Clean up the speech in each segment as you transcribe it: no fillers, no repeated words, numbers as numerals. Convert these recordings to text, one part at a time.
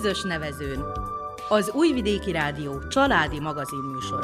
Közös nevezőn. Az Újvidéki Rádió családi magazinműsora.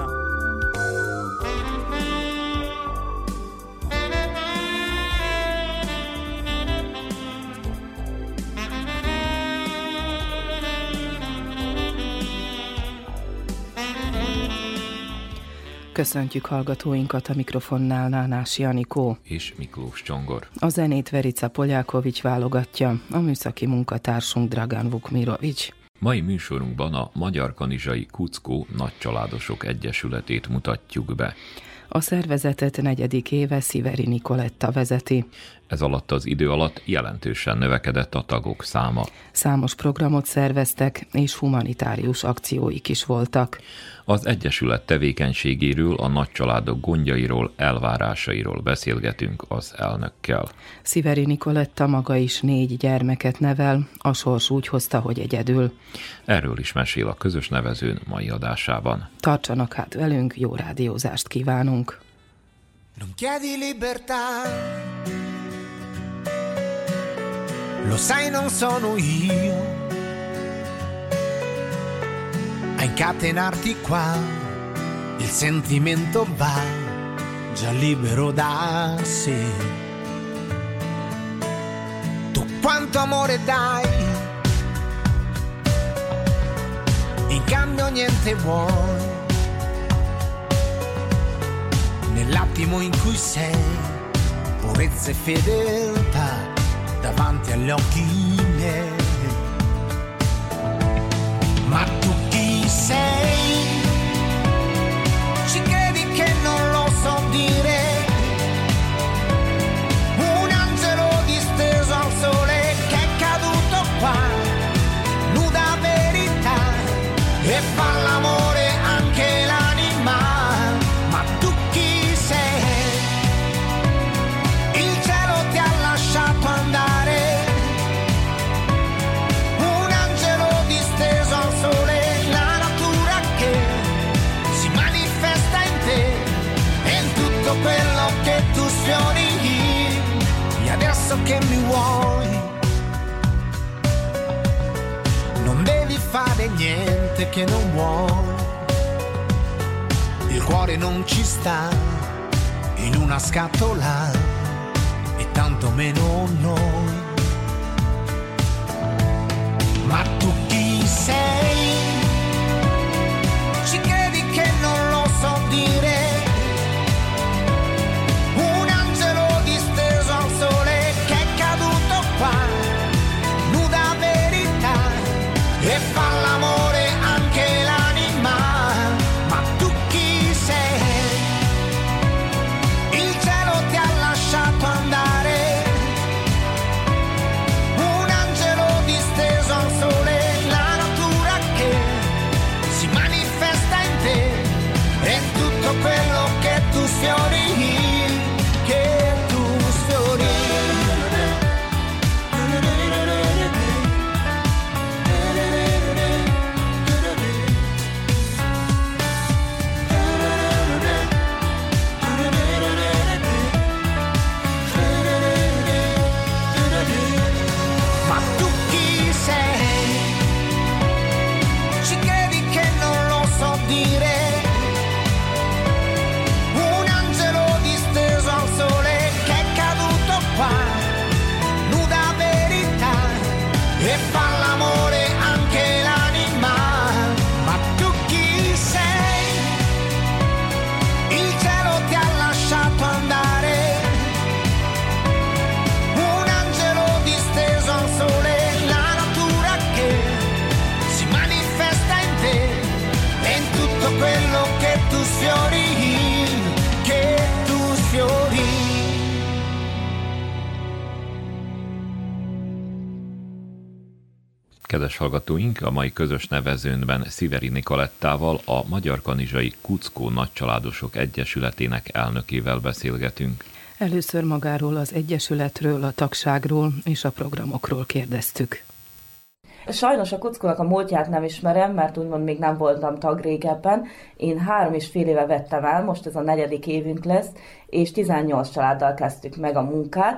Köszöntjük hallgatóinkat, a mikrofonnál Nánási Anikó és Miklós Csongor. A zenét Verica Poljákovics válogatja, a műszaki munkatársunk Dragan Vukmirovics. Mai műsorunkban a Magyar Kanizsai Kuckó Nagycsaládosok Egyesületét mutatjuk be. A szervezetet 4. éve Sziveri Nikoletta vezeti. Ez alatt az idő alatt jelentősen növekedett a tagok száma. Számos programot szerveztek, és humanitárius akcióik is voltak. Az Egyesület tevékenységéről, a nagycsaládok gondjairól, elvárásairól beszélgetünk az elnökkel. Sziveri Nikoletta maga is 4 gyermeket nevel, a sors úgy hozta, hogy egyedül. Erről is mesél a Közös Nevezőn mai adásában. Tartsanak hát velünk, jó rádiózást kívánunk! Non chiedi libertà, lo sai non sono io a incatenarti qua, il sentimento va già libero da sé. Tu quanto amore dai, in cambio niente vuoi. Nell'attimo in cui sei, purezza e fedeltà davanti agli occhi miei. Ma tu chi sei? Ci credi che non lo so dire? Un angelo disteso al sole che è caduto qua, nuda verità, e fa l'amore anche l'anima. Ma tu chi sei? Il cielo ti ha lasciato andare, un angelo disteso al sole, la natura che si manifesta in te e in tutto quello che tu sfiori. E adesso che mi vuoi, non devi fare niente che non vuoi. Il cuore non ci sta in una scatola e tanto meno noi. Ma tu chi sei? Ci credi che non lo so dire? Un angelo disteso al sole che è caduto qua, nuda verità, e fa l'amore anche l'anima. Ma tu chi sei? Il cielo ti ha lasciato andare, un angelo disteso al sole, la natura che si manifesta in te e in tutto quello che tu sfiori, che tu sfiori. Ma tu chi sei? Ci credi che non lo so dire? Un angelo disteso al sole che è caduto qua, nuda verità, e fa l'amore anche l'anima. Ma tu chi sei? Il cielo ti ha lasciato andare, un angelo disteso al sole, la natura che si manifesta in te e in tutto quello che tu sfiori, che tu sfiori. Kedves hallgatóink, a mai közös nevezőnben Sziveri Nikolettával, a Magyar Kanizsai Kuckó Nagycsaládosok Egyesületének elnökével beszélgetünk. Először magáról az egyesületről, a tagságról és a programokról kérdeztük. Sajnos a Kuckónak a múltját nem ismerem, mert úgymond még nem voltam tag régebben. Én 3,5 éve vettem el, most ez a 4. évünk lesz, és 18 családdal kezdtük meg a munkát.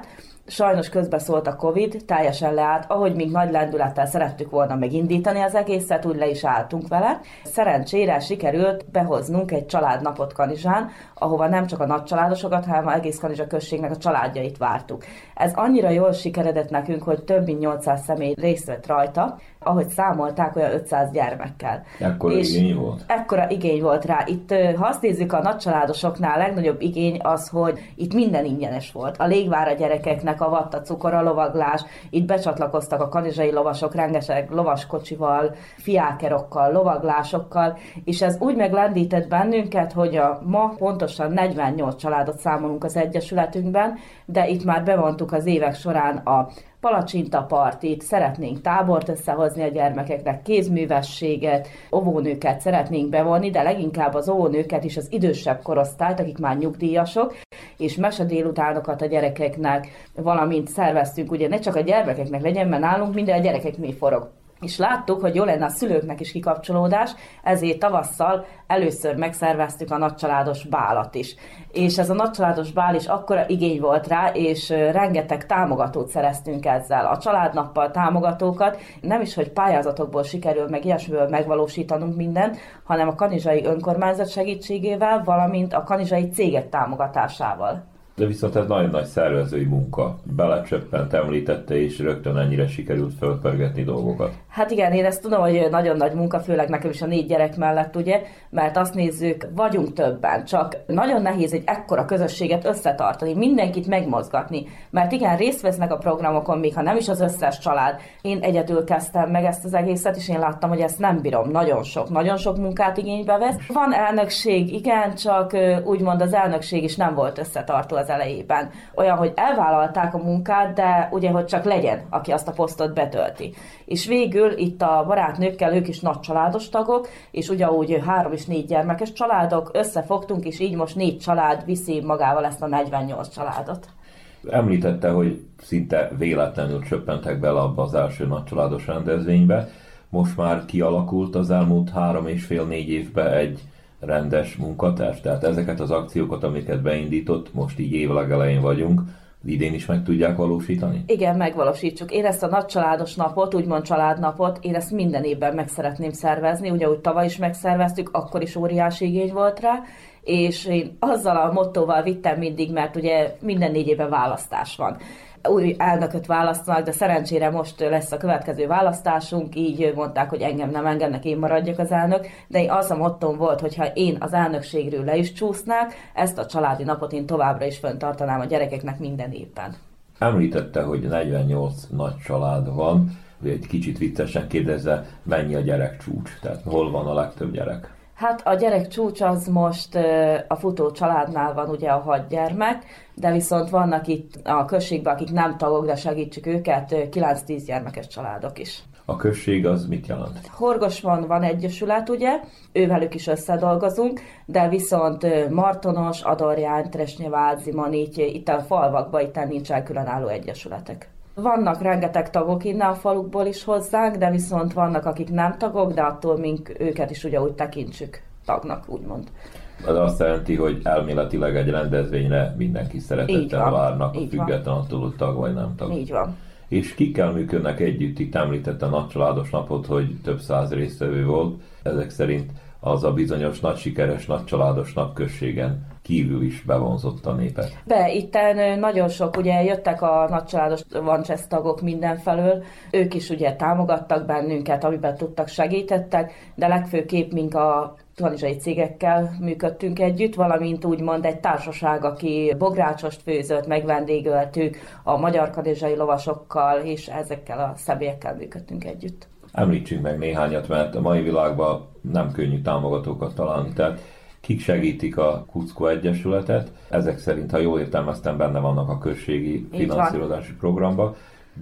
Sajnos közbeszólt a Covid, teljesen leállt, ahogy még nagy lendülettel szerettük volna megindítani az egészet, úgy le is álltunk vele. Szerencsére sikerült behoznunk egy családnapot Kanizsán, ahova nem csak a nagycsaládosokat, hanem az egész Kanizsa községnek a családjait vártuk. Ez annyira jól sikeredett nekünk, hogy több mint 800 személy részt vett rajta, ahogy számolták, olyan 500 gyermekkel. Ekkora igény volt? Ekkora igény volt rá. Itt, ha azt nézzük, a nagycsaládosoknál a legnagyobb igény az, hogy itt minden ingyenes volt. A légvár a gyerekeknek, a vatta, cukor, a lovaglás, itt becsatlakoztak a kanizsai lovasok rengeteg lovaskocsival, fiákerokkal, lovaglásokkal, és ez úgy meglendített bennünket, hogy ma pontosan 48 családot számolunk az egyesületünkben, de itt már bevontuk az évek során a palacsintapartit, szeretnénk tábort összehozni a gyermekeknek, kézművességet, óvónőket szeretnénk bevonni, de leginkább az óvónőket is, az idősebb korosztályt, akik már nyugdíjasok, és mesedélutánokat a gyerekeknek, valamint szerveztünk, ugye ne csak a gyermekeknek legyen, mert nálunk minden a gyerekek mi forog. És láttuk, hogy jó lenne a szülőknek is kikapcsolódás, ezért tavasszal először megszerveztük a nagycsaládos bálat is. És ez a nagycsaládos bál is akkora igény volt rá, és rengeteg támogatót szereztünk ezzel. A családnappal támogatókat, nem is, hogy pályázatokból sikerül meg ilyesmiből megvalósítanunk mindent, hanem a kanizsai önkormányzat segítségével, valamint a kanizsai cégek támogatásával. De viszont ez nagyon nagy szervezői munka. Belecsöppent, említette, és rögtön ennyire sikerült fölpörgetni dolgokat. Hát igen, én ezt tudom, hogy nagyon nagy munka, főleg nekem is a 4 gyerek mellett, ugye, mert azt nézzük, vagyunk többen, csak nagyon nehéz egy ekkora közösséget összetartani, mindenkit megmozgatni, mert igen, részt vesznek a programokon, még ha nem is az összes család. Én egyedül kezdtem meg ezt az egészet, és én láttam, hogy ezt nem bírom, nagyon sok munkát igénybe vesz. Van elnökség, igen, csak úgymond az elnökség is nem volt összetartó az elejében. Olyan, hogy elvállalták a munkát, de ugye, hogy csak legyen, aki azt a posztot betölti. És végül itt a barátnőkkel, ők is nagy családos tagok, és ugyanúgy 3 és 4 gyermekes családok, összefogtunk, és így most 4 család viszi magával ezt a 48 családot. Említette, hogy szinte véletlenül csöppentek bele abba az első nagycsaládos rendezvénybe. Most már kialakult az elmúlt 3,5-4 évben egy rendes munkaterv, tehát ezeket az akciókat, amiket beindított, most így év legelején vagyunk, idén is meg tudják valósítani? Igen, megvalósítsuk. Én ezt a nagycsaládos napot, úgymond családnapot, én ezt minden évben meg szeretném szervezni, ugye úgy tavaly is megszerveztük, akkor is óriási igény volt rá, és én azzal a mottóval vittem mindig, mert ugye minden 4 évben választás van. Új elnököt választanak, de szerencsére most lesz a következő választásunk, így mondták, hogy engem nem engednek, én maradjak az elnök, de én az a mottom volt, hogyha én az elnökségről le is csúsznák, ezt a családi napot én továbbra is fenntartanám a gyerekeknek minden évben. Említette, hogy 48 nagy család van, egy kicsit viccesen kérdezze, mennyi a gyerekcsúcs, tehát hol van a legtöbb gyerek? Hát a gyerek csúcs az most a futó családnál van ugye a 6 gyermek, de viszont vannak itt a községben, akik nem tagok, de segítsük őket, 9-10 gyermekes családok is. A község az mit jelent? Horgosban van egyesület, ugye, ővelük is összedolgozunk, de viszont Martonos, Adorján, Tresnyevád, Zimonít, itt a falvakban itt nincsen különálló egyesületek. Vannak rengeteg tagok innen a falukból is hozzánk, de viszont vannak, akik nem tagok, de attól mink őket is ugye úgy tekintsük tagnak, úgymond. Ez azt jelenti, hogy elméletileg egy rendezvényre mindenki szeretettel várnak, független attól, hogy tag vagy nem tag. Így van. És kikkel működnek együtt? Itt említette a nagycsaládos napot, hogy több 100 résztvevő volt. Ezek szerint az a bizonyos nagy sikeres nagycsaládos napközségen kívül is bevonzott a népet. Itten nagyon sok, ugye jöttek a nagycsaládos Vancsesz tagok mindenfelől, ők is ugye támogattak bennünket, amiben tudtak, segítettek, de legfőképp mink a kanizsai cégekkel működtünk együtt, valamint úgymond egy társaság, aki bográcsost főzött, megvendégöltük a magyar kanizsai lovasokkal, és ezekkel a személyekkel működtünk együtt. Említsünk meg néhányat, mert a mai világban nem könnyű támogatókat találni, tehát kik segítik a Kuckó Egyesületet, ezek szerint, ha jól értelmeztem, benne vannak a községi finanszírozási programba,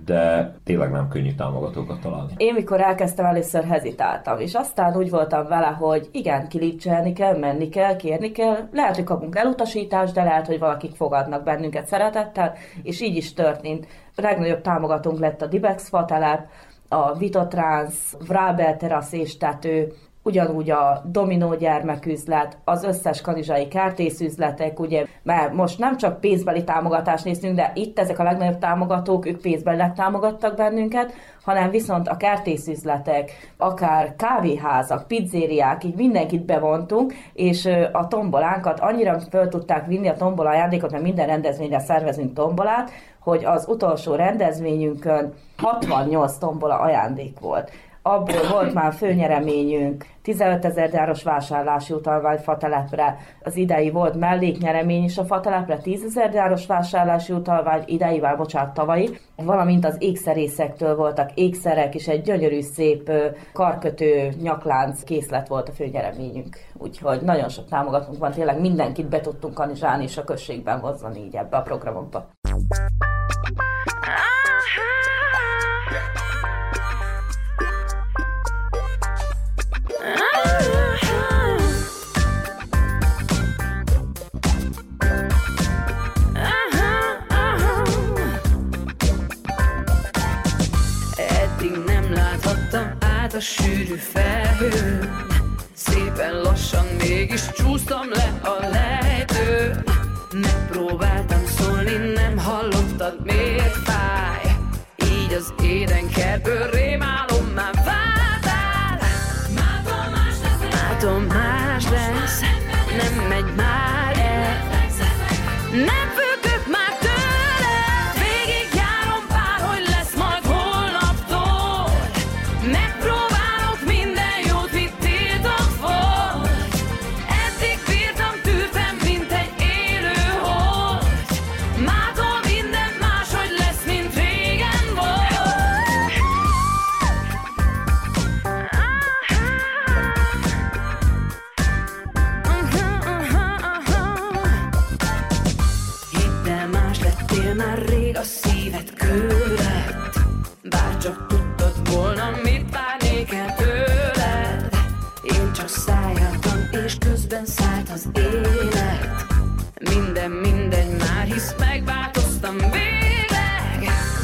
de tényleg nem könnyű támogatókat találni. Én mikor elkezdtem, először hezitáltam, és aztán úgy voltam vele, hogy igen, kilipcselni kell, menni kell, kérni kell, lehet, hogy kapunk elutasítást, de lehet, hogy valakik fogadnak bennünket szeretettel, és így is történt. A legnagyobb támogatónk lett a Dibex Fatelep, a Vitotrans, Vrábel terasz és tető, ugyanúgy a Dominó gyermeküzlet, az összes kanizsai kertészüzletek, ugye, mert most nem csak pénzbeli támogatást néztünk, de itt ezek a legnagyobb támogatók, ők pénzbelileg támogattak bennünket, hanem viszont a kertészüzletek, akár kávéházak, pizzériák, így mindenkit bevontunk, és a tombolánkat annyira föl tudták vinni, a tombola ajándékot, mert minden rendezvényre szervezünk tombolát, hogy az utolsó rendezvényünkön 68 tombola ajándék volt. Abból volt már főnyereményünk, 15 000 dáros vásárlási utalvány Fatelepre, az idei volt melléknyeremény is a Fatelepre, 10 000 dáros vásárlási utalvány, tavalyi, valamint az ékszerészektől voltak ékszerek, és egy gyönyörű szép karkötő nyaklánc készlet volt a főnyereményünk. Úgyhogy nagyon sok támogatónk van, tényleg mindenkit be tudtunk kanizsálni és a községben hozzani így ebbe a programokba. A sűrű felhőn, szépen lassan mégis csúsztam le a lejtőn. Megpróbáltam szólni, nem hallottad, miért fáj. Így az édenkertből rémálom már vártál. Mától más lesz, nem megy már el. Nem függök már tőle, végig járom bár, hogy lesz majd holnaptól. Megpróbálok minden jót, mit tiltok volt. Eddig bírtam, tűrtem, mint egy élő hold. Mától minden máshogy lesz, mint régen volt. Hidd el, más lettél, már rég a szíved kőlett. Bár csak tudtad volna, mit várnék el tőled. Én csak szálltam, és közben szállt az élet. Minden mindegy már, hisz megváltoztam végleg.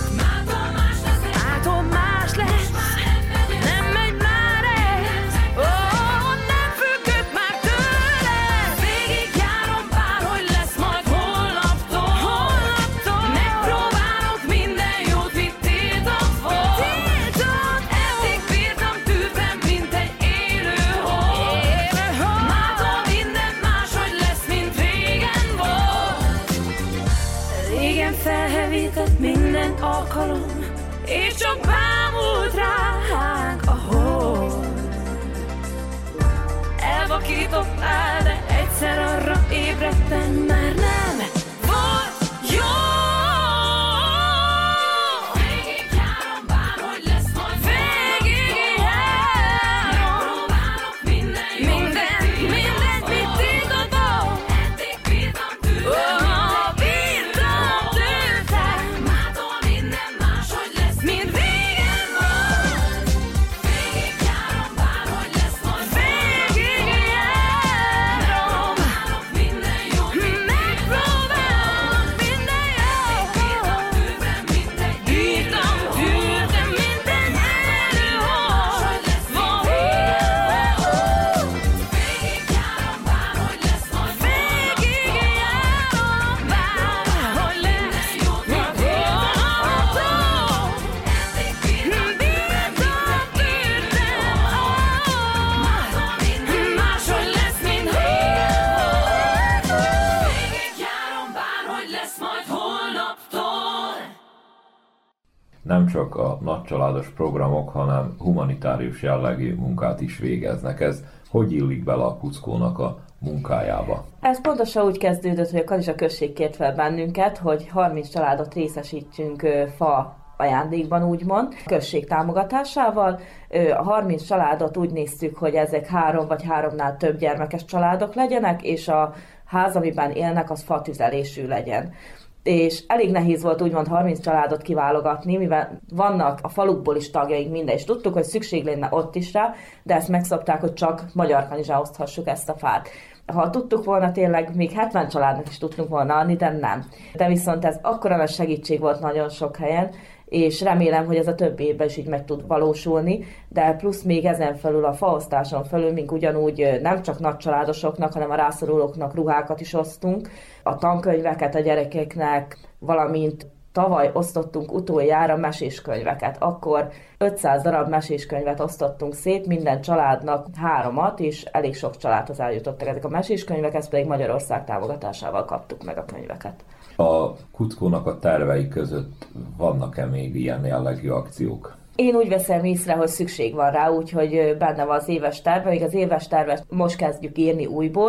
Mától más lesz, nem megy már ez. Ó, nem függök már tőle, végig járom bár, hogy lesz majd holnaptól. Megpróbálok minden jót, mit tiltok volt. Eddig bírtam, tűrtem, mint egy élő hold. Mától minden máshogy lesz, mint régen volt. Régen felhevített minden alkalom, és csak bámult ránk a hold. Elvakítottál, de egyszer arra ébredtem, már nem volt jó. Végig járom bár, hogy lesz majd végig járom. Megpróbálok minden jót, mindent, mit tiltottam. Eddig bírtam, tűrtem. Mától minden máshogy lesz, mint régen volt. Végig járom bár, hogy lesz majd végig járom. Megpróbálok minden jót, megpróbálok minden jót. Bírtam, mint egy élő hold. Végig járom bár, hogy lesz majd végig járom bár, hogy lesz jót, mit holnaptól. Eddig bírtam, tűrtem. Máshogy lesz, mint régen volt. Végig járom bár, hogy lesz majd holnaptól. Nem csak a nagycsaládos programok, hanem humanitárius jellegű munkát is végeznek. Ez hogy illik bele a Kuckónak a munkájába? Ez pontosan úgy kezdődött, hogy a Kanizsa község kért fel bennünket, hogy 30 családot részesítsünk fa ajándékban, úgymond, község támogatásával. A 30 családot úgy néztük, hogy ezek 3 vagy 3-nál több gyermekes családok legyenek, és a ház, amiben élnek, az fatüzelésű legyen. És elég nehéz volt úgymond 30 családot kiválogatni, mivel vannak a falukból is tagjaink minden, és tudtuk, hogy szükség lenne ott is rá, de ezt megszabták, hogy csak Magyarkanizsán oszthassuk ezt a fát. Ha tudtuk volna tényleg, még 70 családnak is tudtunk volna adni, de nem. De viszont ez akkora nagy segítség volt nagyon sok helyen, és remélem, hogy ez a többi évben is így meg tud valósulni, de plusz még ezen felül, a faosztáson felül, mink ugyanúgy nem csak nagycsaládosoknak, hanem a rászorulóknak ruhákat is osztunk, a tankönyveket a gyerekeknek, valamint tavaly osztottunk utoljára meséskönyveket. Akkor 500 darab meséskönyvet osztottunk szét, minden családnak 3-at, és elég sok családhoz eljutottak ezek a meséskönyvek, ezt pedig Magyarország támogatásával kaptuk meg a könyveket. A Kuckónak a tervei között vannak-e még ilyen jellegű akciók? Én úgy veszem észre, hogy szükség van rá, úgyhogy benne van az éves terve, még az éves tervet most kezdjük írni újból,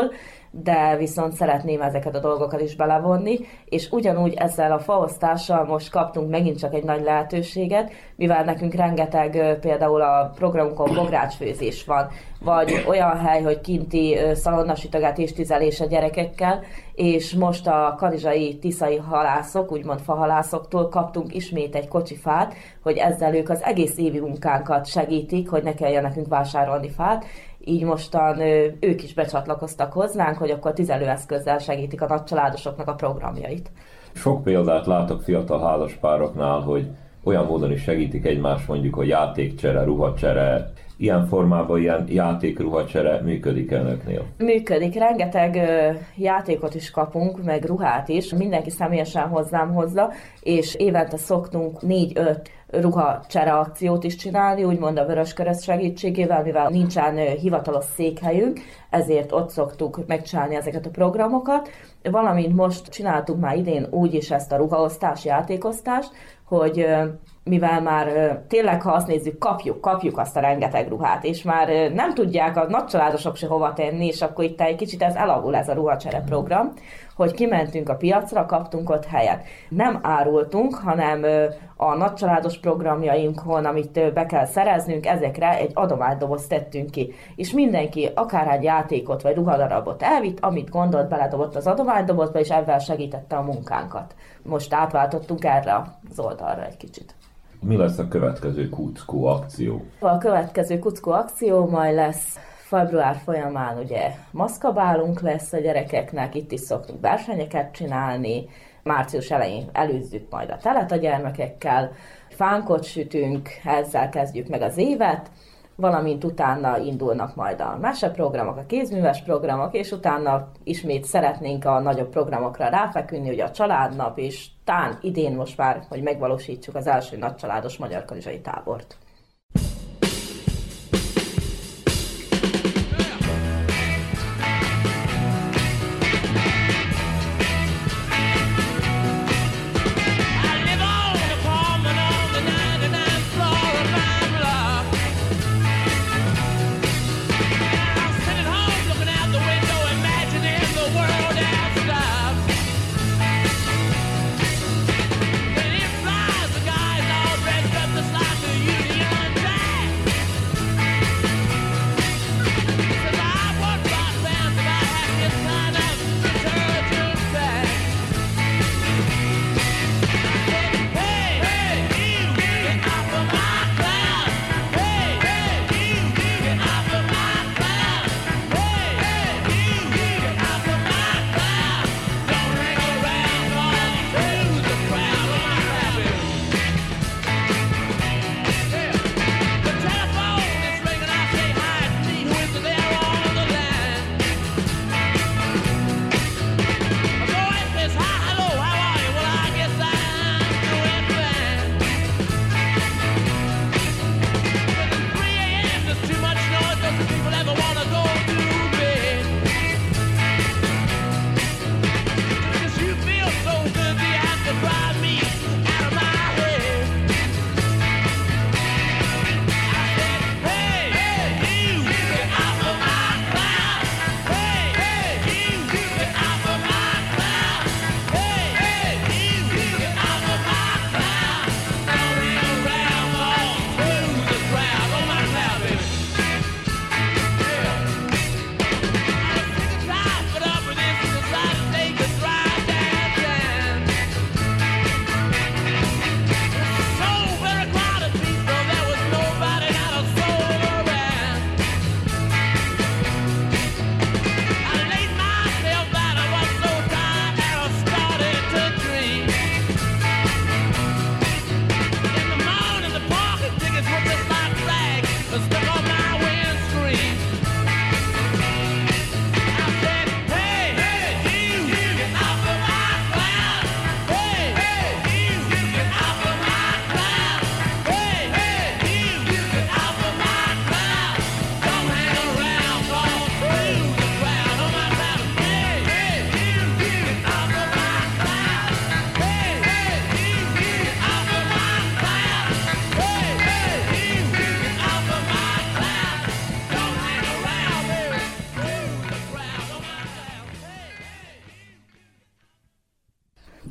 de viszont szeretném ezeket a dolgokat is belevonni, és ugyanúgy ezzel a faosztással most kaptunk megint csak egy nagy lehetőséget, mivel nekünk rengeteg például a programunkon bográcsfőzés van, vagy olyan hely, hogy kinti szalonnasütögetés, tüzelés a gyerekekkel, és most a kanizsai tiszai halászok, úgymond fahalászoktól kaptunk ismét egy kocsifát, hogy ezzel ők az egész évi munkánkat segítik, hogy ne kelljen nekünk vásárolni fát, így mostan ők is becsatlakoztak hozzánk, hogy akkor tüzelőeszközzel segítik a nagycsaládosoknak a programjait. Sok példát látok fiatal házaspároknál, hogy olyan módon is segítik egymást, mondjuk, hogy játékcsere, ruhacsere, ilyen formában ilyen játék-ruhacsere működik önöknél? Működik, rengeteg játékot is kapunk, meg ruhát is, mindenki személyesen hozzám hozza, és évente szoktunk 4-5 ruhacsere akciót is csinálni, úgymond a Vöröskereszt segítségével, mivel nincsen hivatalos székhelyünk, ezért ott szoktuk megcsinálni ezeket a programokat, valamint most csináltuk már idén úgy is ezt a ruhaosztás, játékosztást, hogy mivel már tényleg, ha azt nézzük, kapjuk azt a rengeteg ruhát, és már nem tudják a nagycsaládosok se hova tenni, és akkor itt egy kicsit ez elavul ez a ruhacsere program, hogy kimentünk a piacra, kaptunk ott helyet. Nem árultunk, hanem a nagycsaládos programjainkon, amit be kell szereznünk, ezekre egy adománydobozt tettünk ki. És mindenki akár egy játékot vagy ruhadarabot elvitt, amit gondolt, beledobott az adománydobozba, és ezzel segítette a munkánkat. Most átváltottunk erre az oldalra egy kicsit. Mi lesz a következő Kuckó akció? A következő Kuckó akció majd lesz február folyamán, ugye maszkabálunk lesz a gyerekeknek, itt is szoktunk versenyeket csinálni, március elején előzzük majd a telet a gyermekekkel, fánkot sütünk, ezzel kezdjük meg az évet, valamint utána indulnak majd a meseprogramok, a kézműves programok, és utána ismét szeretnénk a nagyobb programokra ráfeküdni, ugye a családnap, és talán idén most már, hogy megvalósítsuk az első nagycsaládos magyar kanizsai tábort. Union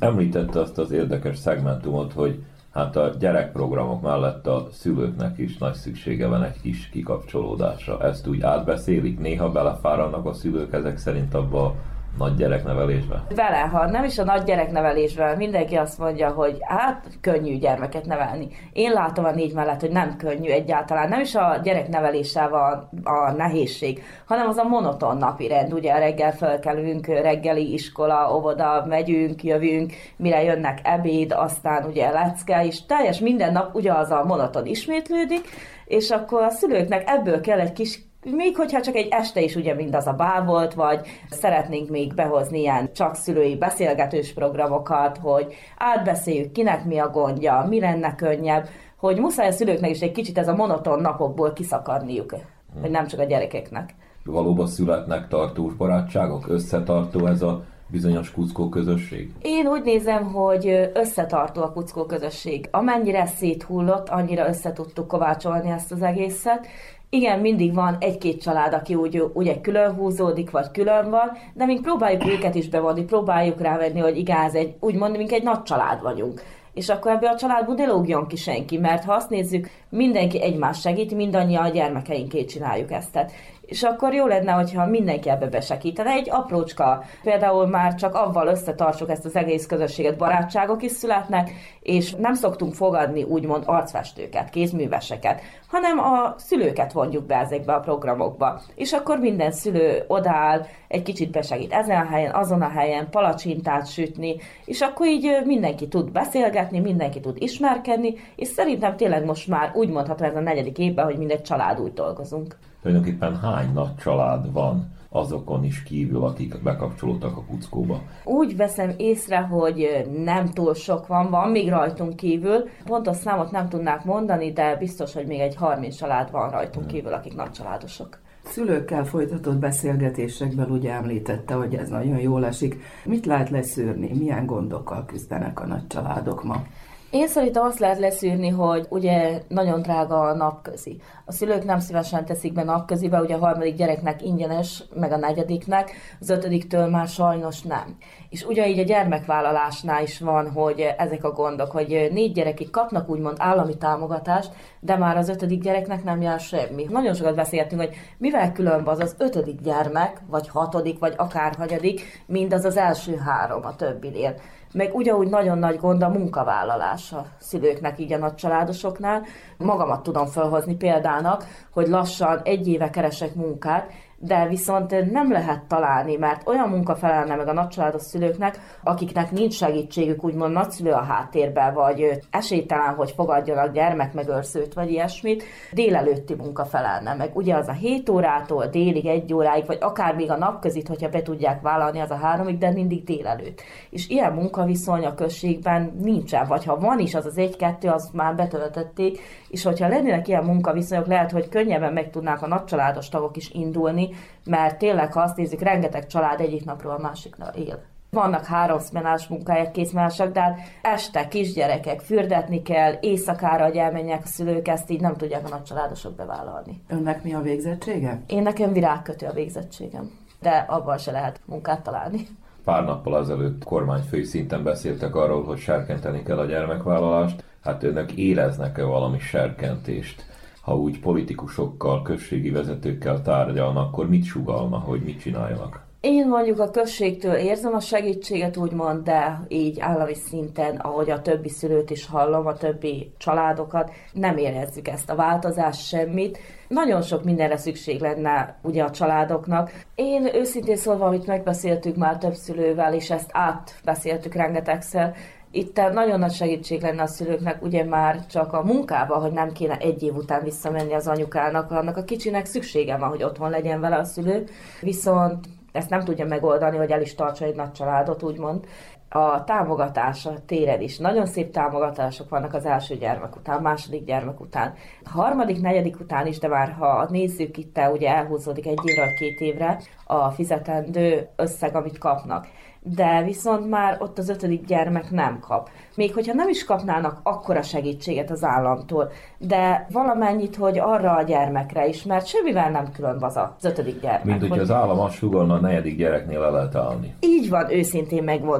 Említette azt az érdekes szegmentumot, hogy hát a gyerekprogramok mellett a szülőknek is nagy szüksége van egy kis kikapcsolódásra. Ezt úgy átbeszélik, néha belefáradnak a szülők ezek szerint abba a nagy gyereknevelésben? Vele, ha nem is a nagy gyereknevelésben, mindenki azt mondja, hogy hát könnyű gyermeket nevelni. Én látom a 4 mellett, hogy nem könnyű egyáltalán. Nem is a gyerekneveléssel van a nehézség, hanem az a monoton napi rend. Ugye reggel felkelünk, reggeli iskola, óvoda, megyünk, jövünk, mire jönnek ebéd, aztán ugye lecke, és teljes minden nap ugyanaz a monoton ismétlődik, és akkor a szülőknek ebből kell egy kis, még hogyha csak egy este is ugye mindaz a bál volt, vagy szeretnénk még behozni ilyen csak szülői beszélgetős programokat, hogy átbeszéljük, kinek mi a gondja, mi lenne könnyebb, hogy muszáj a szülőknek is egy kicsit ez a monoton napokból kiszakadniuk, hogy nem csak a gyerekeknek. Valóban születnek tartós barátságok? Összetartó ez a bizonyos kuckó közösség? Én úgy nézem, hogy összetartó a kuckó közösség. Amennyire széthullott, annyira össze tudtuk kovácsolni ezt az egészet. Igen, mindig van egy-két család, aki ugye külön húzódik, vagy külön van, de mi próbáljuk őket is bevonni, próbáljuk rávenni, hogy igaz, úgymond, mink egy nagy család vagyunk. És akkor ebből a családból ne lógjon ki senki, mert ha azt nézzük, mindenki egymást segít, mindannyian a gyermekeinkét csináljuk ezt. És akkor jó lenne, hogyha mindenki ebbe besegítene. Egy aprócska, például már csak avval összetartsuk ezt az egész közösséget, barátságok is születnek, és nem szoktunk fogadni úgymond arcfestőket, kézműveseket, hanem a szülőket vonjuk be ezekbe a programokba. És akkor minden szülő odaáll, egy kicsit besegít ezen a helyen, azon a helyen, palacsintát sütni, és akkor így mindenki tud beszélgetni, mindenki tud ismerkedni, és szerintem tényleg most már úgy mondható ez a 4. évben, hogy mindegy család úgy dolgozunk. Tulajdonképpen hány nagy család van azokon is kívül, akik bekapcsolódtak a kuckóba? Úgy veszem észre, hogy nem túl sok van még rajtunk kívül. Pontos számot nem tudnák mondani, de biztos, hogy még egy 30 család van rajtunk kívül, akik nagy családosok. Szülőkkel folytatott beszélgetésekben ugye említette, hogy ez nagyon jól esik. Mit lehet leszűrni? Milyen gondokkal küzdenek a nagy családok ma? Én szerintem azt lehet leszűrni, hogy ugye nagyon drága a napközi. A szülők nem szívesen teszik be napközibe, ugye a 3. gyereknek ingyenes, meg a 4. az 5-től már sajnos nem. És ugyanígy a gyermekvállalásnál is van, hogy ezek a gondok, hogy 4 gyerekig kapnak úgymond állami támogatást, de már az 5. gyereknek nem jár semmi. Nagyon sokat beszéltünk, hogy mivel különb az 5. gyermek, vagy 6., vagy akár 4., mint az első 3 a többinél. Meg ugyanúgy nagyon nagy gond a munkavállalás a szülőknek, így a nagy családosoknál. Magamat tudom felhozni példának, hogy lassan 1 éve keresek munkát, de viszont nem lehet találni, mert olyan munka felelne meg a nagycsaládos szülőknek, akiknek nincs segítségük, úgymond nagyszülő a háttérben, vagy esélytelen, hogy fogadjanak gyermekmegőrzőt, vagy ilyesmit, délelőtti munka felelne meg. Ugye az a 7 órától délig, 1 óráig, vagy akár még a napközit, hogyha be tudják vállalni, az a 3-ig, de mindig délelőtt. És ilyen munkaviszony a községben nincsen, vagy ha van is, az az 1-2, azt már betöltötték, és hogyha lennének ilyen munkaviszonyok, lehet, hogy könnyebben meg tudnák a nagycsaládos tagok is indulni, mert tényleg, ha azt nézzük, rengeteg család egyik napról a másikra él. Vannak 3 szmenás munkáják, kézmások, de hát este kisgyerekek, fürdetni kell, éjszakára, hogy elmenjek a szülők, ezt így nem tudják a nagycsaládosok bevállalni. Önnek mi a végzettsége? Én nekem virágkötő a végzettségem, de abban se lehet munkát találni. Pár nappal ezelőtt kormányfői szinten beszéltek arról, hogy serkenteni kell a gyermekvállalást. Hát önök éreznek-e valami serkentést? Ha úgy politikusokkal, községi vezetőkkel tárgyalnak, akkor mit sugallna, hogy mit csináljanak? Én mondjuk a községtől érzem a segítséget, úgymond, de így állami szinten, ahogy a többi szülőt is hallom, a többi családokat, nem érezzük ezt a változást, semmit. Nagyon sok mindenre szükség lenne ugye a családoknak. Én őszintén szólva, amit megbeszéltük már több szülővel, és ezt átbeszéltük rengetegszer, itt nagyon nagy segítség lenne a szülőknek, ugye már csak a munkába, hogy nem kéne 1 év után visszamenni az anyukának, annak a kicsinek szüksége van, hogy otthon legyen vele a szülő, viszont ezt nem tudja megoldani, hogy el is tartsa egy nagy családot, úgymond. A támogatás a téren is. Nagyon szép támogatások vannak az első gyermek után, második gyermek után. 3., 4. után is, de már ha nézzük itt, ugye elhúzódik 1 évre vagy 2 évre a fizetendő összeg, amit kapnak. De viszont már ott az 5. gyermek nem kap. Még hogyha nem is kapnának akkora segítséget az államtól, de valamennyit, hogy arra a gyermekre is, mert semmivel nem különb az 5. gyermek. Mint hogy az állam azt sugallna, a 4. gyereknél le lehet állni. Így van, őszintén megmondva. Mi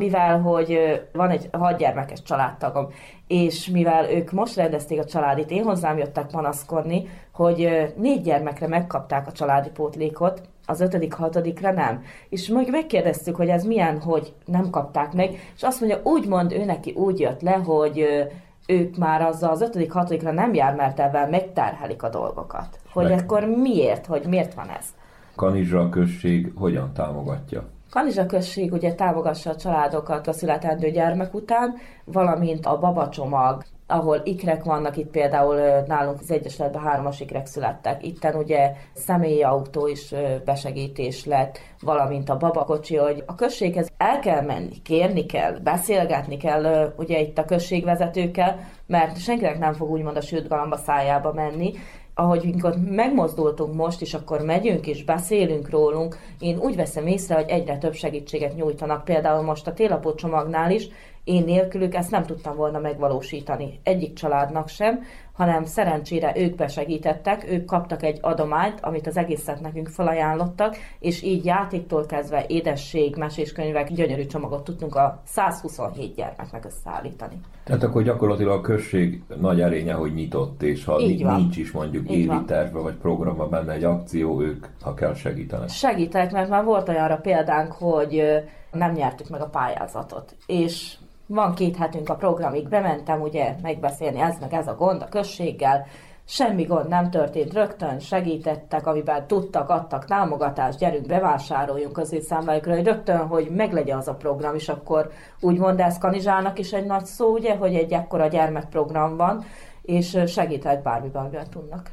mivel hogy van egy 6 gyermekes családtagom, és mivel ők most rendezték a családit, én hozzám jöttek panaszkodni, hogy 4 gyermekre megkapták a családi pótlékot, az 5.-6. nem. És még megkérdeztük, hogy ez milyen, hogy nem kapták meg, és azt mondja, úgymond ő neki úgy jött le, hogy ők már azzal az 5.-6. nem jár, mert ebben megterhelik a dolgokat. Hogy akkor miért, hogy miért van ez? Kanizsa község hogyan támogatja? Kanizsa község ugye támogassa a családokat a születendő gyermek után, valamint a babacsomag, ahol ikrek vannak, itt például nálunk az Egyesületben 3-as ikrek születtek. Itten ugye személyi autó is besegítés lett, valamint a babakocsi, hogy a községhez el kell menni, kérni kell, beszélgetni kell ugye itt a községvezetőkkel, mert senkinek nem fog úgymond a sült galamba szájába menni. Ahogy mikor megmozdultunk most, és akkor megyünk és beszélünk rólunk, én úgy veszem észre, hogy egyre több segítséget nyújtanak. Például most a télapó csomagnál is, én nélkülük ezt nem tudtam volna megvalósítani. Egyik családnak sem, hanem szerencsére ők besegítettek, ők kaptak egy adományt, amit az egészet nekünk felajánlottak, és így játéktól kezdve édesség, meséskönyvek, gyönyörű csomagot tudtunk a 127 gyermeknek összeállítani. Tehát akkor gyakorlatilag a község nagy erénye, hogy nyitott, és ha nincs is mondjuk évi tervbe vagy programban benne egy akció, ők, ha kell, segítenek. Segítenek, mert már volt olyanra példánk, hogy nem nyertük meg a pályázatot, és van 2 hetünk a programig, bementem ugye megbeszélni ez meg ez a gond a községgel, semmi gond nem történt, rögtön segítettek, amiben tudtak, adtak támogatást, gyerünk, bevásároljunk az ő számlájukra, hogy rögtön, hogy meglegyen az a program, és akkor úgymond ez Kanizsának is egy nagy szó, ugye, hogy egy ekkora gyermekprogram van, és segített bármiben, amiben tudnak.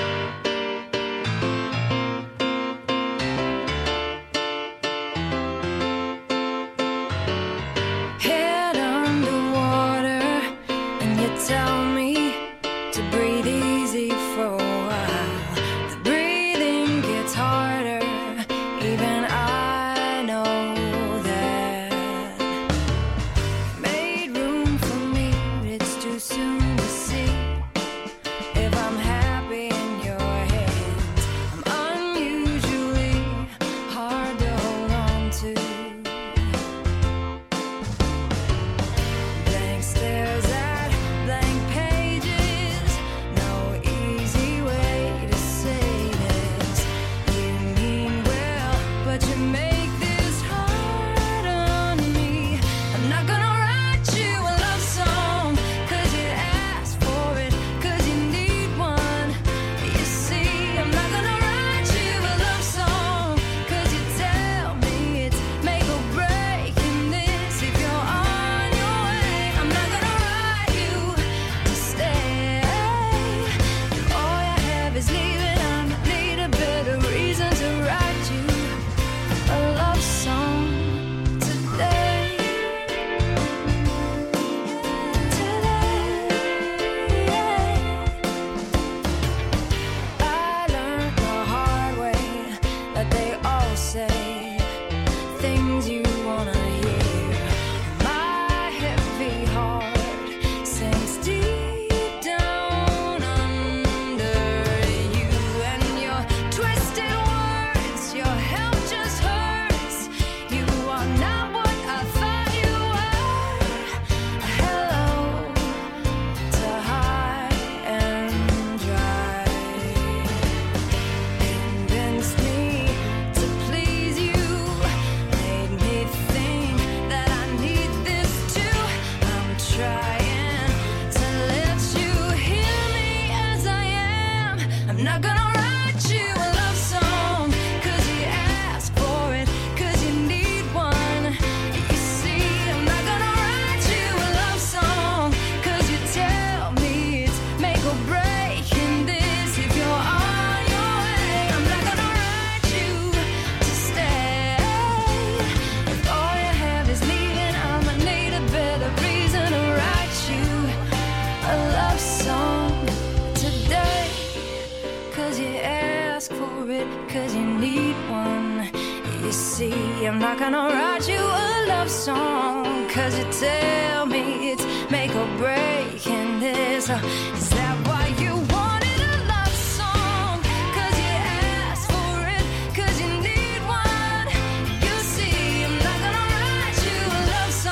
I'm not gonna write you a love song, 'cause you tell me it's make or break in this. Is that why you wanted a love song? 'Cause you asked for it, 'cause you need one. You see, I'm not gonna write you a love song.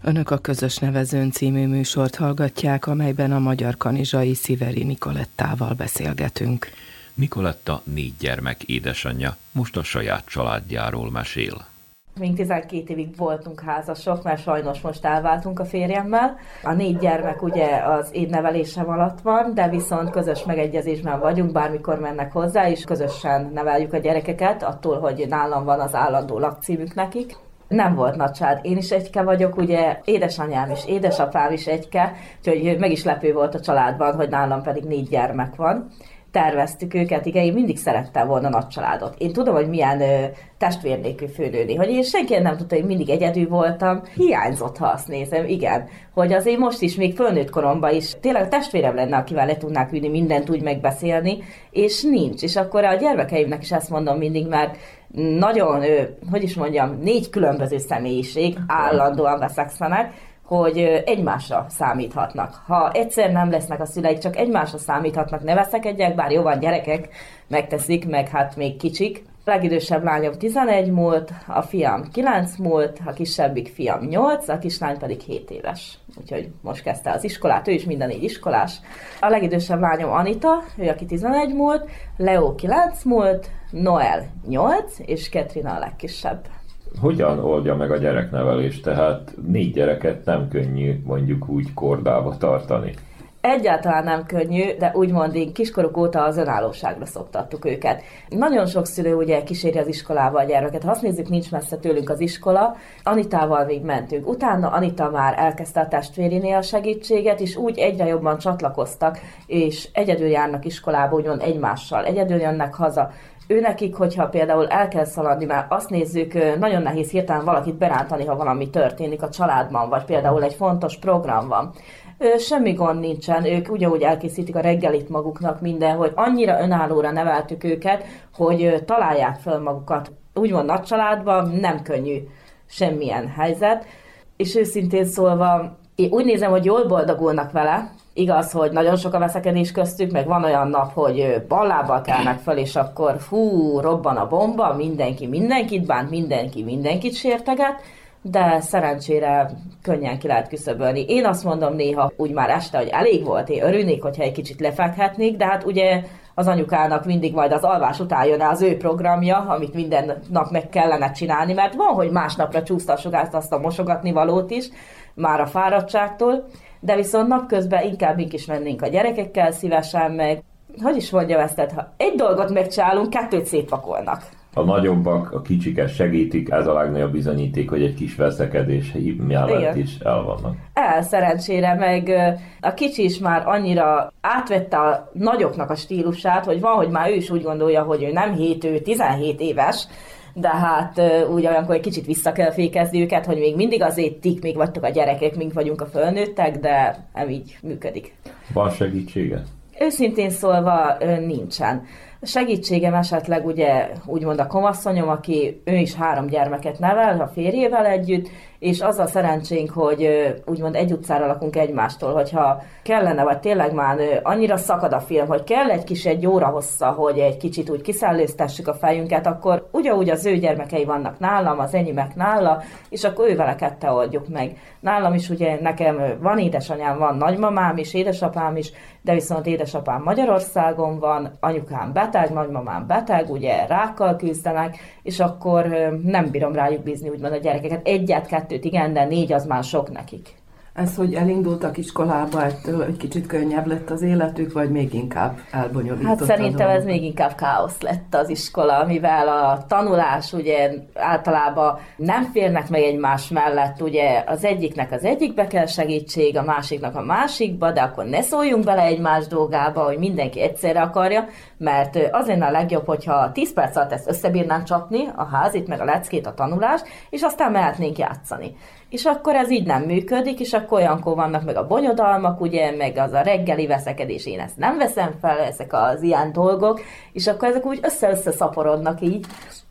Önök a Közös Nevezőn című műsort hallgatják, amelyben a magyar kanizsai Sziveri Nikolettával beszélgetünk. Nikoletta 4 gyermek édesanyja, most a saját családjáról mesél. Még 12 évig voltunk házasok, mert sajnos most elváltunk a férjemmel. A 4 gyermek ugye az én nevelésem alatt van, de viszont közös megegyezésben vagyunk, bármikor mennek hozzá, és közösen neveljük a gyerekeket, attól, hogy nálam van az állandó lakcímük nekik. Nem volt nagy család. Én is egyke vagyok, ugye édesanyám is, édesapám is egyke, úgyhogy meg is lepő volt a családban, hogy nálam pedig 4 gyermek van. Terveztük őket, igen, én mindig szerettem volna nagy családot. Én tudom, hogy milyen testvér nélkül főnőni, hogy én senki nem tudta, hogy mindig egyedül voltam. Hiányzott, ha azt nézem, igen. Hogy azért most is, még fölnőtt koromban is, tényleg a testvérem lenne, akivel le tudnák ülni, mindent úgy megbeszélni, és nincs. És akkor a gyermekeimnek is ezt mondom mindig, mert nagyon, 4 különböző személyiség állandóan veszekszenek, hogy egymásra számíthatnak. Ha egyszer nem lesznek a szüleik, csak egymásra számíthatnak, ne veszekedjek, bár jó van, gyerekek megteszik, meg hát még kicsik. A legidősebb lányom 11 múlt, a fiam 9 múlt, a kisebbik fiam 8, a kislány pedig 7 éves. Úgyhogy most kezdte az iskolát, ő is minden 4 iskolás. A legidősebb lányom Anita, ő aki 11 múlt, Leo 9 múlt, Noel 8, és Katrina a legkisebb. Hogyan oldja meg a gyereknevelést? Tehát 4 gyereket nem könnyű mondjuk úgy kordába tartani. Egyáltalán nem könnyű, de úgymond én kiskoruk óta az önállóságra szoktattuk őket. Nagyon sok szülő ugye kíséri az iskolába a gyermeket. Ha azt nézzük, nincs messze tőlünk az iskola. Anitával még mentünk. Utána Anita már elkezdte a testvérinél a segítséget, és úgy egyre jobban csatlakoztak, és egyedül járnak iskolába, úgymond egymással. Egyedül jönnek haza. Őnekik, hogyha például el kell szaladni, mert azt nézzük, nagyon nehéz hirtelen valakit berántani, ha valami történik a családban, vagy például egy fontos program van. Semmi gond nincsen, ők ugyanúgy elkészítik a reggelit maguknak minden, hogy annyira önállóra neveltük őket, hogy találják fel magukat. Úgymond nagy családban nem könnyű semmilyen helyzet, és őszintén szólva, én úgy nézem, hogy jól boldogulnak vele. Igaz, hogy nagyon sok a veszekedés köztük, meg van olyan nap, hogy ballábbal kelnek fel, és akkor robban a bomba, mindenki mindenkit bánt, mindenki mindenkit sérteget, de szerencsére könnyen ki lehet küszöbölni. Én azt mondom néha úgy már este, hogy elég volt, én örülnék, hogyha egy kicsit lefekhetnék, de hát ugye az anyukának mindig majd az alvás után jön az ő programja, amit minden nap meg kellene csinálni, mert van, hogy másnapra csúsztassuk azt a mosogatni valót is, már a fáradtságtól, de viszont napközben inkább mink is mennénk a gyerekekkel szívesen, meg hogy is mondjam ezt, tehát ha egy dolgot megcsinálunk, 2 szétpakolnak. A nagyobbak, a kicsiket segítik, ez a legnagyobb bizonyíték, hogy egy kis veszekedés mellett is el vannak. Szerencsére, meg a kicsi is már annyira átvette a nagyoknak a stílusát, hogy van, hogy már ő is úgy gondolja, hogy ő nem 7, ő 17 éves, de hát úgy olyankor egy kicsit vissza kell fékezni őket, hogy még mindig azért tik, még vagytok a gyerekek, mink vagyunk a fölnőttek, de nem így működik. Van segítsége? Őszintén szólva nincsen. A segítségem esetleg ugye úgymond a komasszonyom, aki ő is 3 gyermeket nevel a férjével együtt, és az a szerencsénk, hogy úgymond egy utcára lakunk egymástól, hogyha kellene, vagy tényleg már annyira szakad a film, hogy kell egy óra hossza, hogy egy kicsit úgy kiszellőztessük a fejünket, akkor ugyanúgy az ő gyermekei vannak nálam, az enyémek nála, és akkor ővele kette oldjuk meg. Nálam is ugye nekem van édesanyám, van nagymamám is, édesapám is, de viszont édesapám Magyarországon van, anyukám beteg, nagymamám beteg, ugye rákkal küzdenek, és akkor nem bírom rájuk bízni úgymond a gyerekeket. 1-2 igen, de 4 az már sok nekik. Ez, hogy elindultak iskolába, ettől egy kicsit könnyebb lett az életük, vagy még inkább elbonyolított? Hát szerintem ez még inkább káosz lett az iskola, mivel a tanulás ugye általában nem férnek meg egymás mellett, ugye az egyiknek az egyikbe kell segítség, a másiknak a másikba, de akkor ne szóljunk bele egymás dolgába, hogy mindenki egyszerre akarja, mert az lenne a legjobb, hogyha 10 perc alatt ezt összebírnánk csapni, a házit, meg a leckét, a tanulást, és aztán mehetnénk játszani. És akkor ez így nem működik, és akkor olyankor vannak meg a bonyodalmak, ugye, meg az a reggeli veszekedés, én ezt nem veszem fel, ezek az ilyen dolgok, és akkor ezek úgy össze-össze szaporodnak így,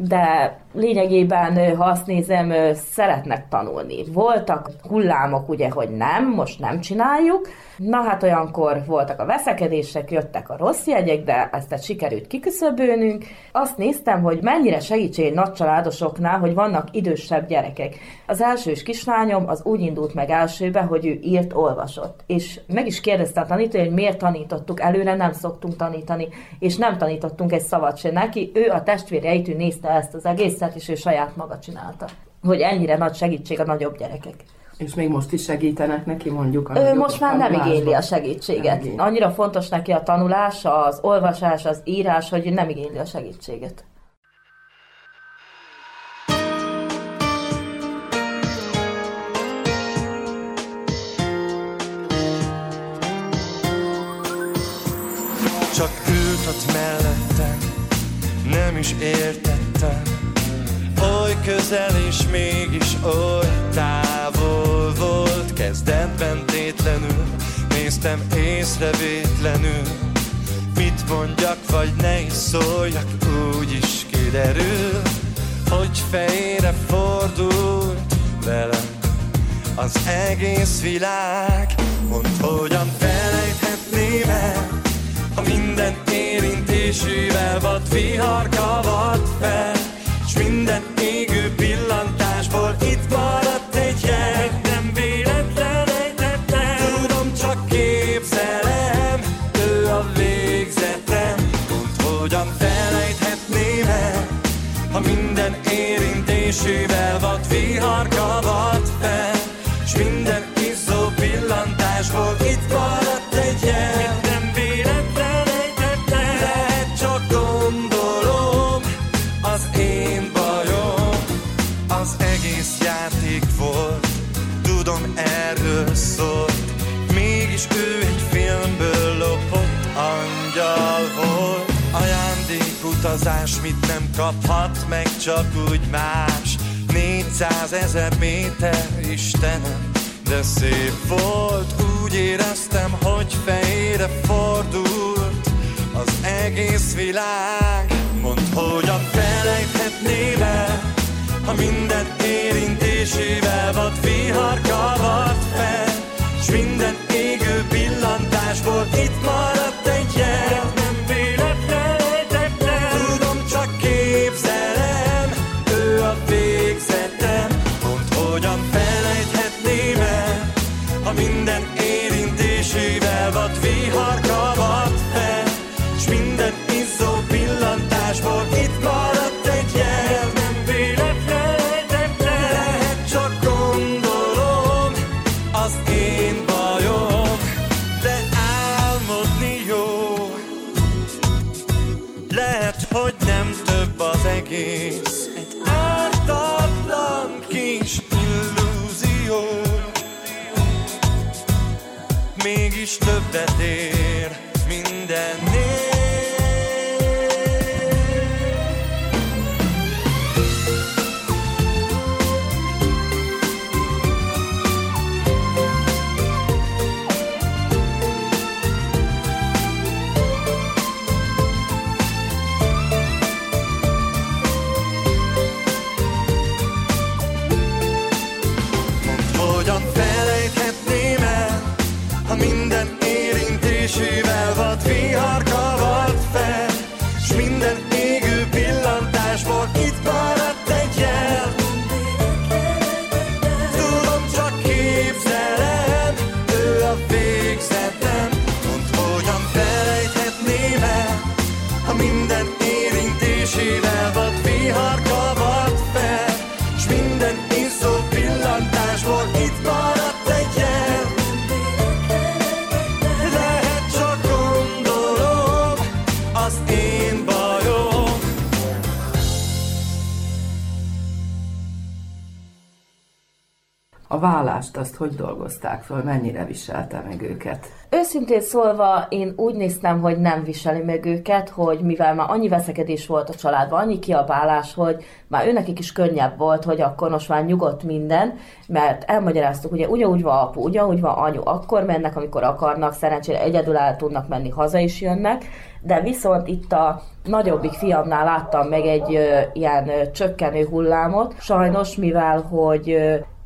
de lényegében, ha azt nézem, szeretnek tanulni. Voltak hullámok, ugye, hogy nem, most nem csináljuk, Na hát olyankor voltak a veszekedések, jöttek a rossz jegyek, de ezt sikerült kiküszöbölnünk. Azt néztem, hogy mennyire segítség nagycsaládosoknál, hogy vannak idősebb gyerekek. Az elsős kislányom az úgy indult meg elsőbe, hogy ő írt, olvasott. És meg is kérdezte a tanítója, hogy miért tanítottuk, előre nem szoktunk tanítani, és nem tanítottunk egy szavat se neki. Ő a testvéreit, ő nézte ezt az egészet, és ő saját maga csinálta. Hogy ennyire nagy segítség a nagyobb gyerekek. És még most is segítenek neki, mondjuk? Most már nem igényli a segítséget. Annyira fontos neki a tanulás, az olvasás, az írás, hogy nem igényli a segítséget. Csak ült ott mellettem, nem is értettem. Oly közel és mégis oly távol volt. Kezdetben tétlenül néztem észrevétlenül. Mit mondjak, vagy ne is szóljak, úgy is kiderül, hogy fejére fordult velem az egész világ. Mondd, hogyan felejthetném el, ha minden érintésével vad vihar kavat fel, s minden égő pillantásból itt maradt egy jel. Nem véletlen ejtettem, tudom, csak képzelem, ő a végzetem. Mondd, hogyan felejthetném el, ha minden érintésével vad vihar kavat fel, s minden izzó pillantásból itt maradt egy jel. Nem véletlen ejtettem, lehet csak gondolom, az én bajom. Az egész játék volt, tudom, erről szólt, mégis ő egy filmből lopott angyal volt. Ajándékutazás, mit nem kaphat meg csak úgy más. 400 000 méter, Istenem, de szép volt. Úgy éreztem, hogy fejére fordult az egész világ. Mondd, hogyan felejthetném el, ha minden érintésével vad vihar kavart fel, s minden égő pillantásból itt maradt egy jel. Nem véletlen ejtettem, tudom, csak képzelem, ő a végzetem. Mondd, hogyan felejthetném el, ha minden érintésével vad vihar kavart fel, s minden izzó pillantásból itt maradt egy jel. Nem véletlen ejtettem, lehet csak gondolom, az én bajom. De álmodni jó, lehet, hogy nem több az egész, egy ártatlan kis illúzió, mégis többet ér mindennél. Hogyan felejthetném el, ha minden érintésével vad vihar kavart fel, s minden égő pillantásból itt maradt egy jel. Tudom, csak képzelem, ő a végzetem. Mondd, hogyan felejthetném el, ha minden érintésével vad vihar kavart fel, s minden izzó pillantásból itt maradt egy jel. Lehet csak gondolom, az én bajom. A válást azt hogy dolgozták föl, mennyire viselte meg őket? Őszintén szólva, én úgy néztem, hogy nem viseli meg őket, hogy mivel már annyi veszekedés volt a családban, annyi kiabálás, hogy már őnekik is könnyebb volt, hogy akkor most már nyugodt minden, mert elmagyaráztuk, ugye ugyanúgy van apu, ugyanúgy van anyu, akkor mennek, amikor akarnak, szerencsére egyedül el tudnak menni, haza is jönnek, de viszont itt a nagyobbik fiamnál láttam meg egy ilyen csökkenő hullámot, sajnos, mivel hogy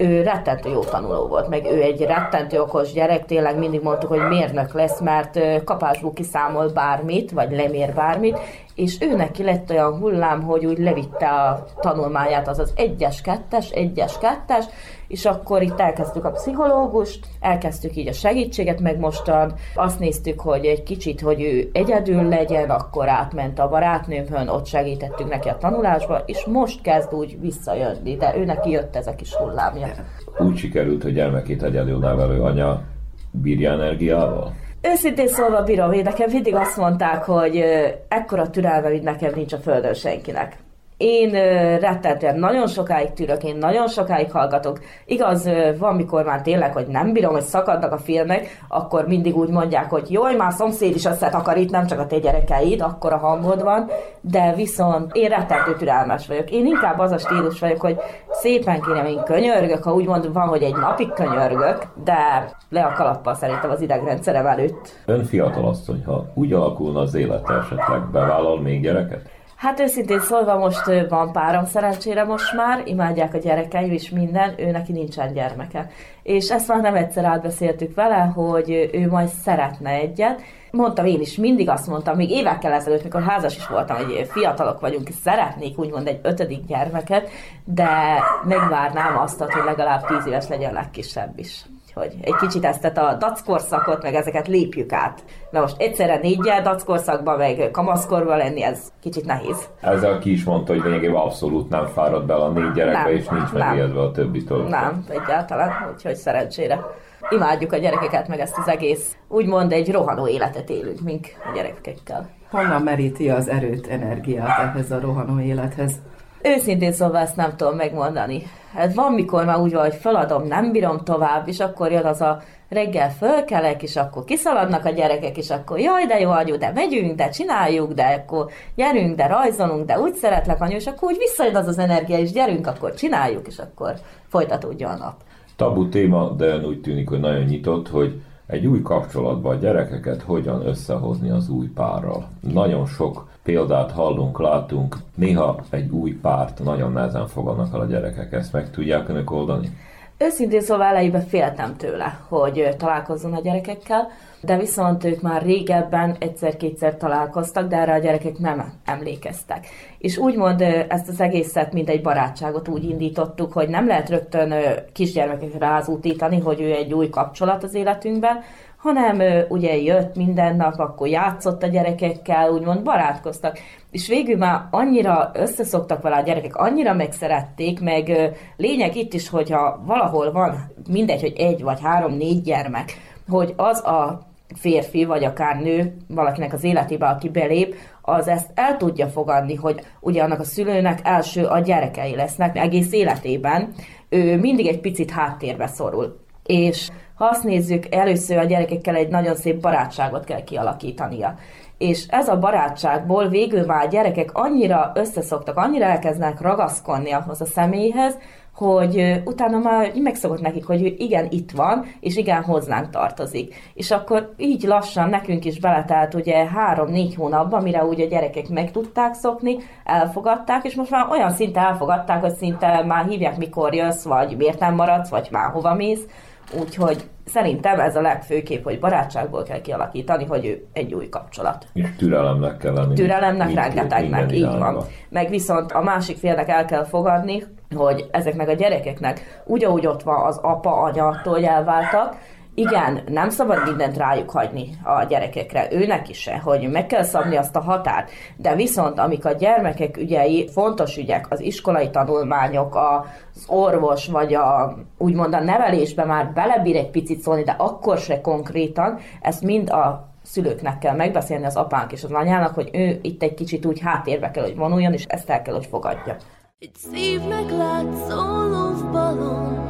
ő rettentő jó tanuló volt, meg ő egy rettentő okos gyerek, tényleg mindig mondtuk, hogy mérnök lesz, mert kapásból kiszámol bármit, vagy lemér bármit, és ő neki lett olyan hullám, hogy úgy levitte a tanulmányát, azaz 1-es, 2-es, 1-es, 2-es, és akkor itt elkezdtük a pszichológust, elkezdtük így a segítséget, meg mostan azt néztük, hogy egy kicsit, hogy ő egyedül legyen, akkor átment a barátnőmhön, ott segítettünk neki a tanulásba, és most kezd úgy visszajönni, de ő neki jött ez a kis hullámja. Úgy sikerült, hogy gyermekét egyedül nevelő anya bírja energiával? Őszintén szólva bírom, én nekem mindig azt mondták, hogy ekkora türelme, mint nekem nincs a földön senkinek. Én rettentően nagyon sokáig tűrök, én nagyon sokáig hallgatok. Igaz, van, mikor már tényleg, hogy nem bírom, hogy szakadnak a filmek, akkor mindig úgy mondják, hogy jaj, már szomszéd is összetakarít, nem csak a te gyerekeid, akkora hangod van, de viszont én rettentő türelmes vagyok. Én inkább az a stílus vagyok, hogy szépen kérem, én könyörgök, ha úgymond van, hogy egy napig könyörgök, de le a kalappal szerintem az idegrendszerem előtt. Ön fiatalasszony, ha úgy alakulna az élete, esetleg bevállal még gyereket? Hát őszintén szólva most van párom szerencsére most már, imádják a gyerekeim is minden, ő neki nincsen gyermeke. És ezt már nem egyszer átbeszéltük vele, hogy ő majd szeretne egyet. Mondtam én is, mindig azt mondtam, még évekkel ezelőtt, mikor házas is voltam, hogy fiatalok vagyunk, és szeretnék úgymond egy 5. gyermeket, de megvárnám azt, hogy legalább 10 éves legyen legkisebb is. Hogy egy kicsit ezt a dackorszakot, meg ezeket lépjük át. Mert most egyszerre 4-jel dackorszakban, meg kamaszkorban lenni, ez kicsit nehéz. Ezzel ki is mondta, hogy lényegében abszolút nem fárad bele a 4 gyerekbe, nem, és nincs megijedve a többitől. Nem, egyáltalán, úgyhogy szerencsére. Imádjuk a gyerekeket, meg ezt az egész, úgymond egy rohanó életet élünk, mink a gyerekekkel. Honnan meríti az erőt, energiát ehhez a rohanó élethez? Őszintén szóval ezt nem tudom megmondani. Hát van, mikor már úgy van, hogy feladom, nem bírom tovább, és akkor jön az a reggel fölkelek, és akkor kiszaladnak a gyerekek, és akkor jaj, de jó anyu, de megyünk, de csináljuk, de akkor gyerünk, de rajzolunk, de úgy szeretlek anyu, és akkor úgy visszajön az energia, és gyerünk, akkor csináljuk, és akkor folytatódjon a nap. Tabu téma, de ön úgy tűnik, hogy nagyon nyitott, hogy egy új kapcsolatban a gyerekeket hogyan összehozni az új párral. Nagyon sok példát hallunk, látunk, néha egy új párt nagyon nehezen fogadnak el a gyerekek. Ezt meg tudják önök oldani? Őszintén szóval elejében féltem tőle, hogy találkozzon a gyerekekkel, de viszont ők már régebben egyszer-kétszer találkoztak, de erre a gyerekek nem emlékeztek. És úgymond ezt az egészet, mint egy barátságot úgy indítottuk, hogy nem lehet rögtön kisgyermekekre rázútítani, hogy ő egy új kapcsolat az életünkben, hanem ugye jött minden nap, akkor játszott a gyerekekkel, úgymond barátkoztak. És végül már annyira összeszoktak vele a gyerekek, annyira megszerették, meg lényeg itt is, hogyha valahol van, mindegy, hogy 1 vagy 3, 4 gyermek, hogy az a férfi, vagy akár nő valakinek az életébe, aki belép, az ezt el tudja fogadni, hogy ugye annak a szülőnek első a gyerekei lesznek egész életében, ő mindig egy picit háttérbe szorul. És ha azt nézzük, először a gyerekekkel egy nagyon szép barátságot kell kialakítania. És ez a barátságból végül már a gyerekek annyira összeszoktak, annyira elkezdenek ragaszkodni ahhoz a személyhez, hogy utána már megszokott nekik, hogy igen, itt van, és igen, hozzánk tartozik. És akkor így lassan nekünk is beletelt ugye 3-4 hónapban, mire úgy a gyerekek meg tudták szokni, elfogadták, és most már olyan szinte elfogadták, hogy szinte már hívják, mikor jössz, vagy miért nem maradsz, vagy már hova mész. Úgyhogy szerintem ez a legfőképp, hogy barátságból kell kialakítani, hogy ő egy új kapcsolat. És türelemnek kell lenni. Türelemnek, rengetegnek, így van. Meg viszont a másik félnek el kell fogadni, hogy ezeknek a gyerekeknek ugyanúgy ott van az apa, anya attól, hogy elváltak. Igen, nem szabad mindent rájuk hagyni a gyerekekre, őnek is se, hogy meg kell szabni azt a határt, de viszont amik a gyermekek ügyei, fontos ügyek, az iskolai tanulmányok, az orvos vagy úgymond a nevelésbe már belebír egy picit szólni, de akkor se konkrétan, ezt mind a szülőknek kell megbeszélni, az apánk és az anyának, hogy ő itt egy kicsit úgy háttérbe kell, hogy vonuljon, és ezt el kell, hogy fogadja. Egy szívnek látszó lovbalon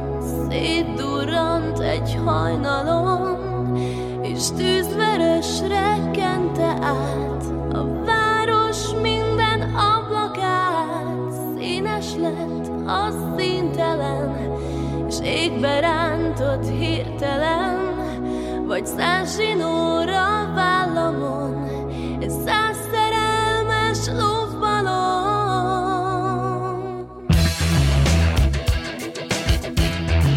szétdurrant egy hajnalon, és tűzveresre kente át a város minden ablakát. Színes lett a színtelen, és égbe rántott hirtelen, vagy 100 zsinóra a vállamon, ez 100 szerelmes lovbalon.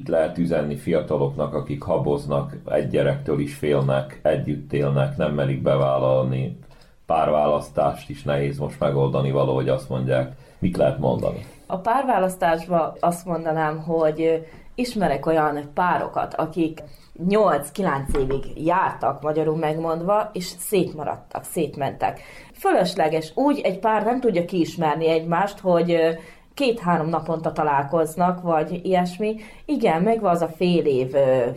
mit lehet üzenni fiataloknak, akik haboznak, egy gyerektől is félnek, együtt élnek, nem merik bevállalni, párválasztást is nehéz most megoldani valahogy, azt mondják. Mit lehet mondani? A párválasztásban azt mondanám, hogy ismerek olyan párokat, akik 8-9 évig jártak, magyarul megmondva, és szétmaradtak, szétmentek. Fölösleges, úgy egy pár nem tudja kiismerni egymást, hogy 2-3 naponta találkoznak, vagy ilyesmi. Igen, megvan az a fél év,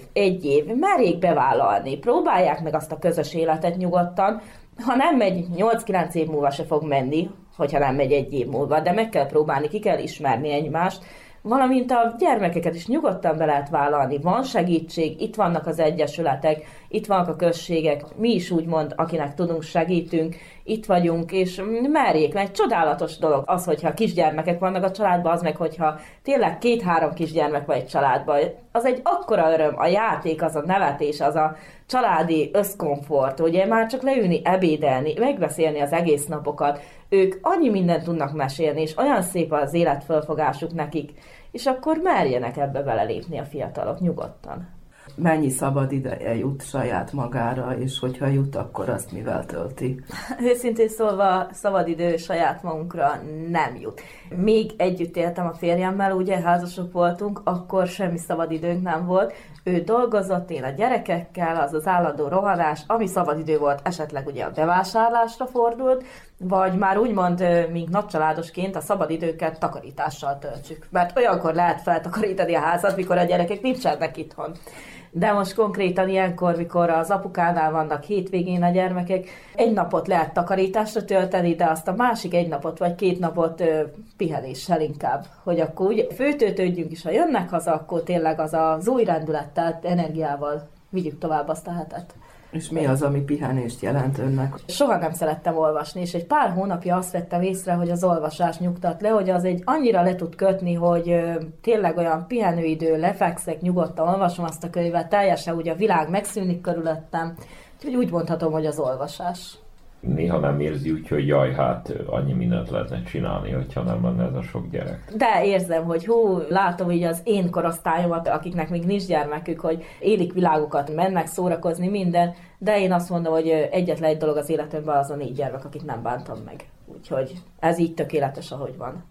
1 év, merjék bevállalni, próbálják meg azt a közös életet nyugodtan. Ha nem megy, 8-9 év múlva se fog menni, hogyha nem megy 1 év múlva, de meg kell próbálni, ki kell ismerni egymást, valamint a gyermekeket is nyugodtan be lehet vállalni. Van segítség, itt vannak az egyesületek, itt vannak a községek, mi is úgymond, akinek tudunk, segítünk, itt vagyunk, és merjék, mert egy csodálatos dolog az, hogyha kisgyermekek vannak a családban, az meg, hogyha tényleg 2-3 kisgyermek van egy családban, az egy akkora öröm, a játék, az a nevetés, az a családi összkomfort, ugye már csak leülni, ebédelni, megbeszélni az egész napokat, ők annyi mindent tudnak mesélni, és olyan szép az életfölfogásuk nekik, és akkor merjenek ebbe belelépni a fiatalok nyugodtan. Mennyi szabad ideje jut saját magára, és hogyha jut, akkor azt mivel tölti? Őszintén szólva, szabadidő saját magunkra nem jut. Még együtt éltem a férjemmel, ugye házasok voltunk, akkor semmi szabadidőnk nem volt. Ő dolgozott, én a gyerekekkel, az állandó rohanás, ami szabadidő volt, esetleg ugye a bevásárlásra fordult, vagy már úgymond, mint nagycsaládosként a szabadidőket takarítással töltsük. Mert olyankor lehet feltakarítani a házat, mikor a gyerekek nincsenek itthon. De most konkrétan ilyenkor, mikor az apukánál vannak hétvégén a gyermekek, 1 napot lehet takarításra tölteni, de azt a másik 1 napot vagy 2 napot pihenéssel inkább. Hogy akkor úgy főtöltődjünk is, ha jönnek haza, akkor tényleg az új rendülettel, energiával vigyük tovább azt a hetet. És mi az, ami pihenést jelent önnek? Soha nem szerettem olvasni, és egy pár hónapja azt vettem észre, hogy az olvasás nyugtat le, hogy az egy annyira le tud kötni, hogy tényleg olyan pihenőidő, lefekszek, nyugodtan olvasom azt a könyvet, teljesen úgy a világ megszűnik körülöttem, úgyhogy úgy mondhatom, hogy az olvasás. Néha nem érzi úgy, hogy jaj, hát annyi mindent lehetne csinálni, hogyha nem lenne ez a sok gyerek. De érzem, hogy látom így az én korosztályomat, akiknek még nincs gyermekük, hogy élik világokat, mennek szórakozni, minden, de én azt mondom, hogy egyetlen egy dolog az életemben az a 4 gyermek, akit nem bántam meg. Úgyhogy ez így tökéletes, ahogy van.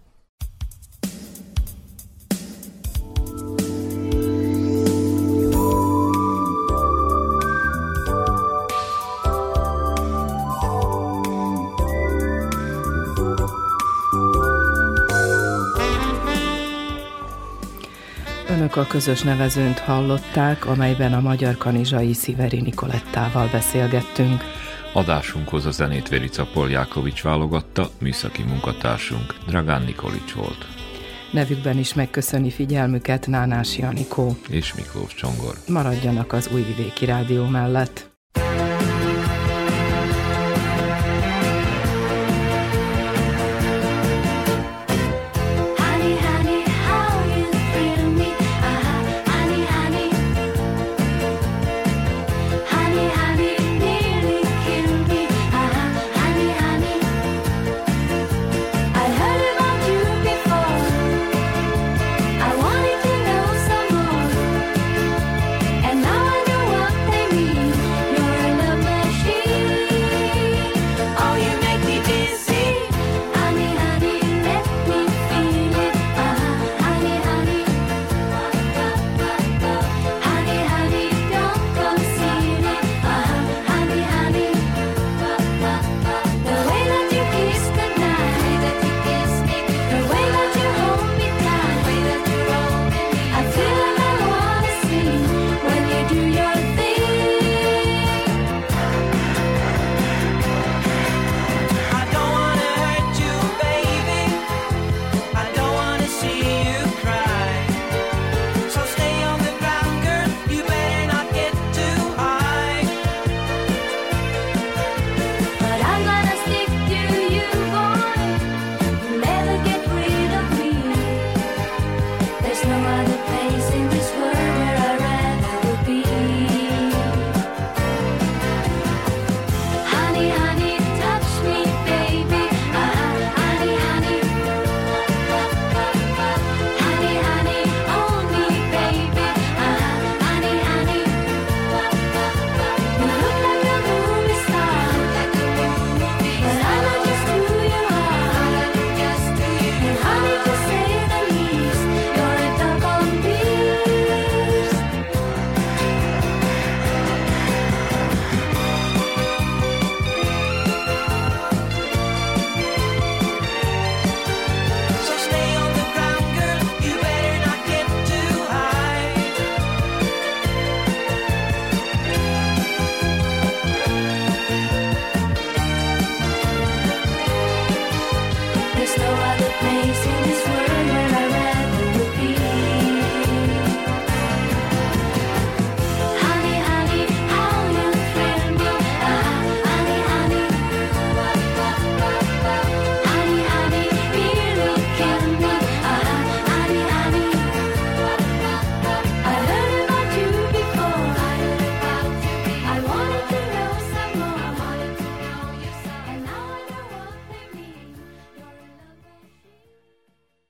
Önök a közös nevezőnt hallották, amelyben a magyar kanizsai Sziveri Nikolettával beszélgettünk. Adásunkhoz a zenét Verica Poljákovics válogatta, műszaki munkatársunk Dragán Nikolics volt. Nevükben is megköszöni figyelmüket Nánási Anikó és Miklós Csongor. Maradjanak az Újvidéki Rádió mellett.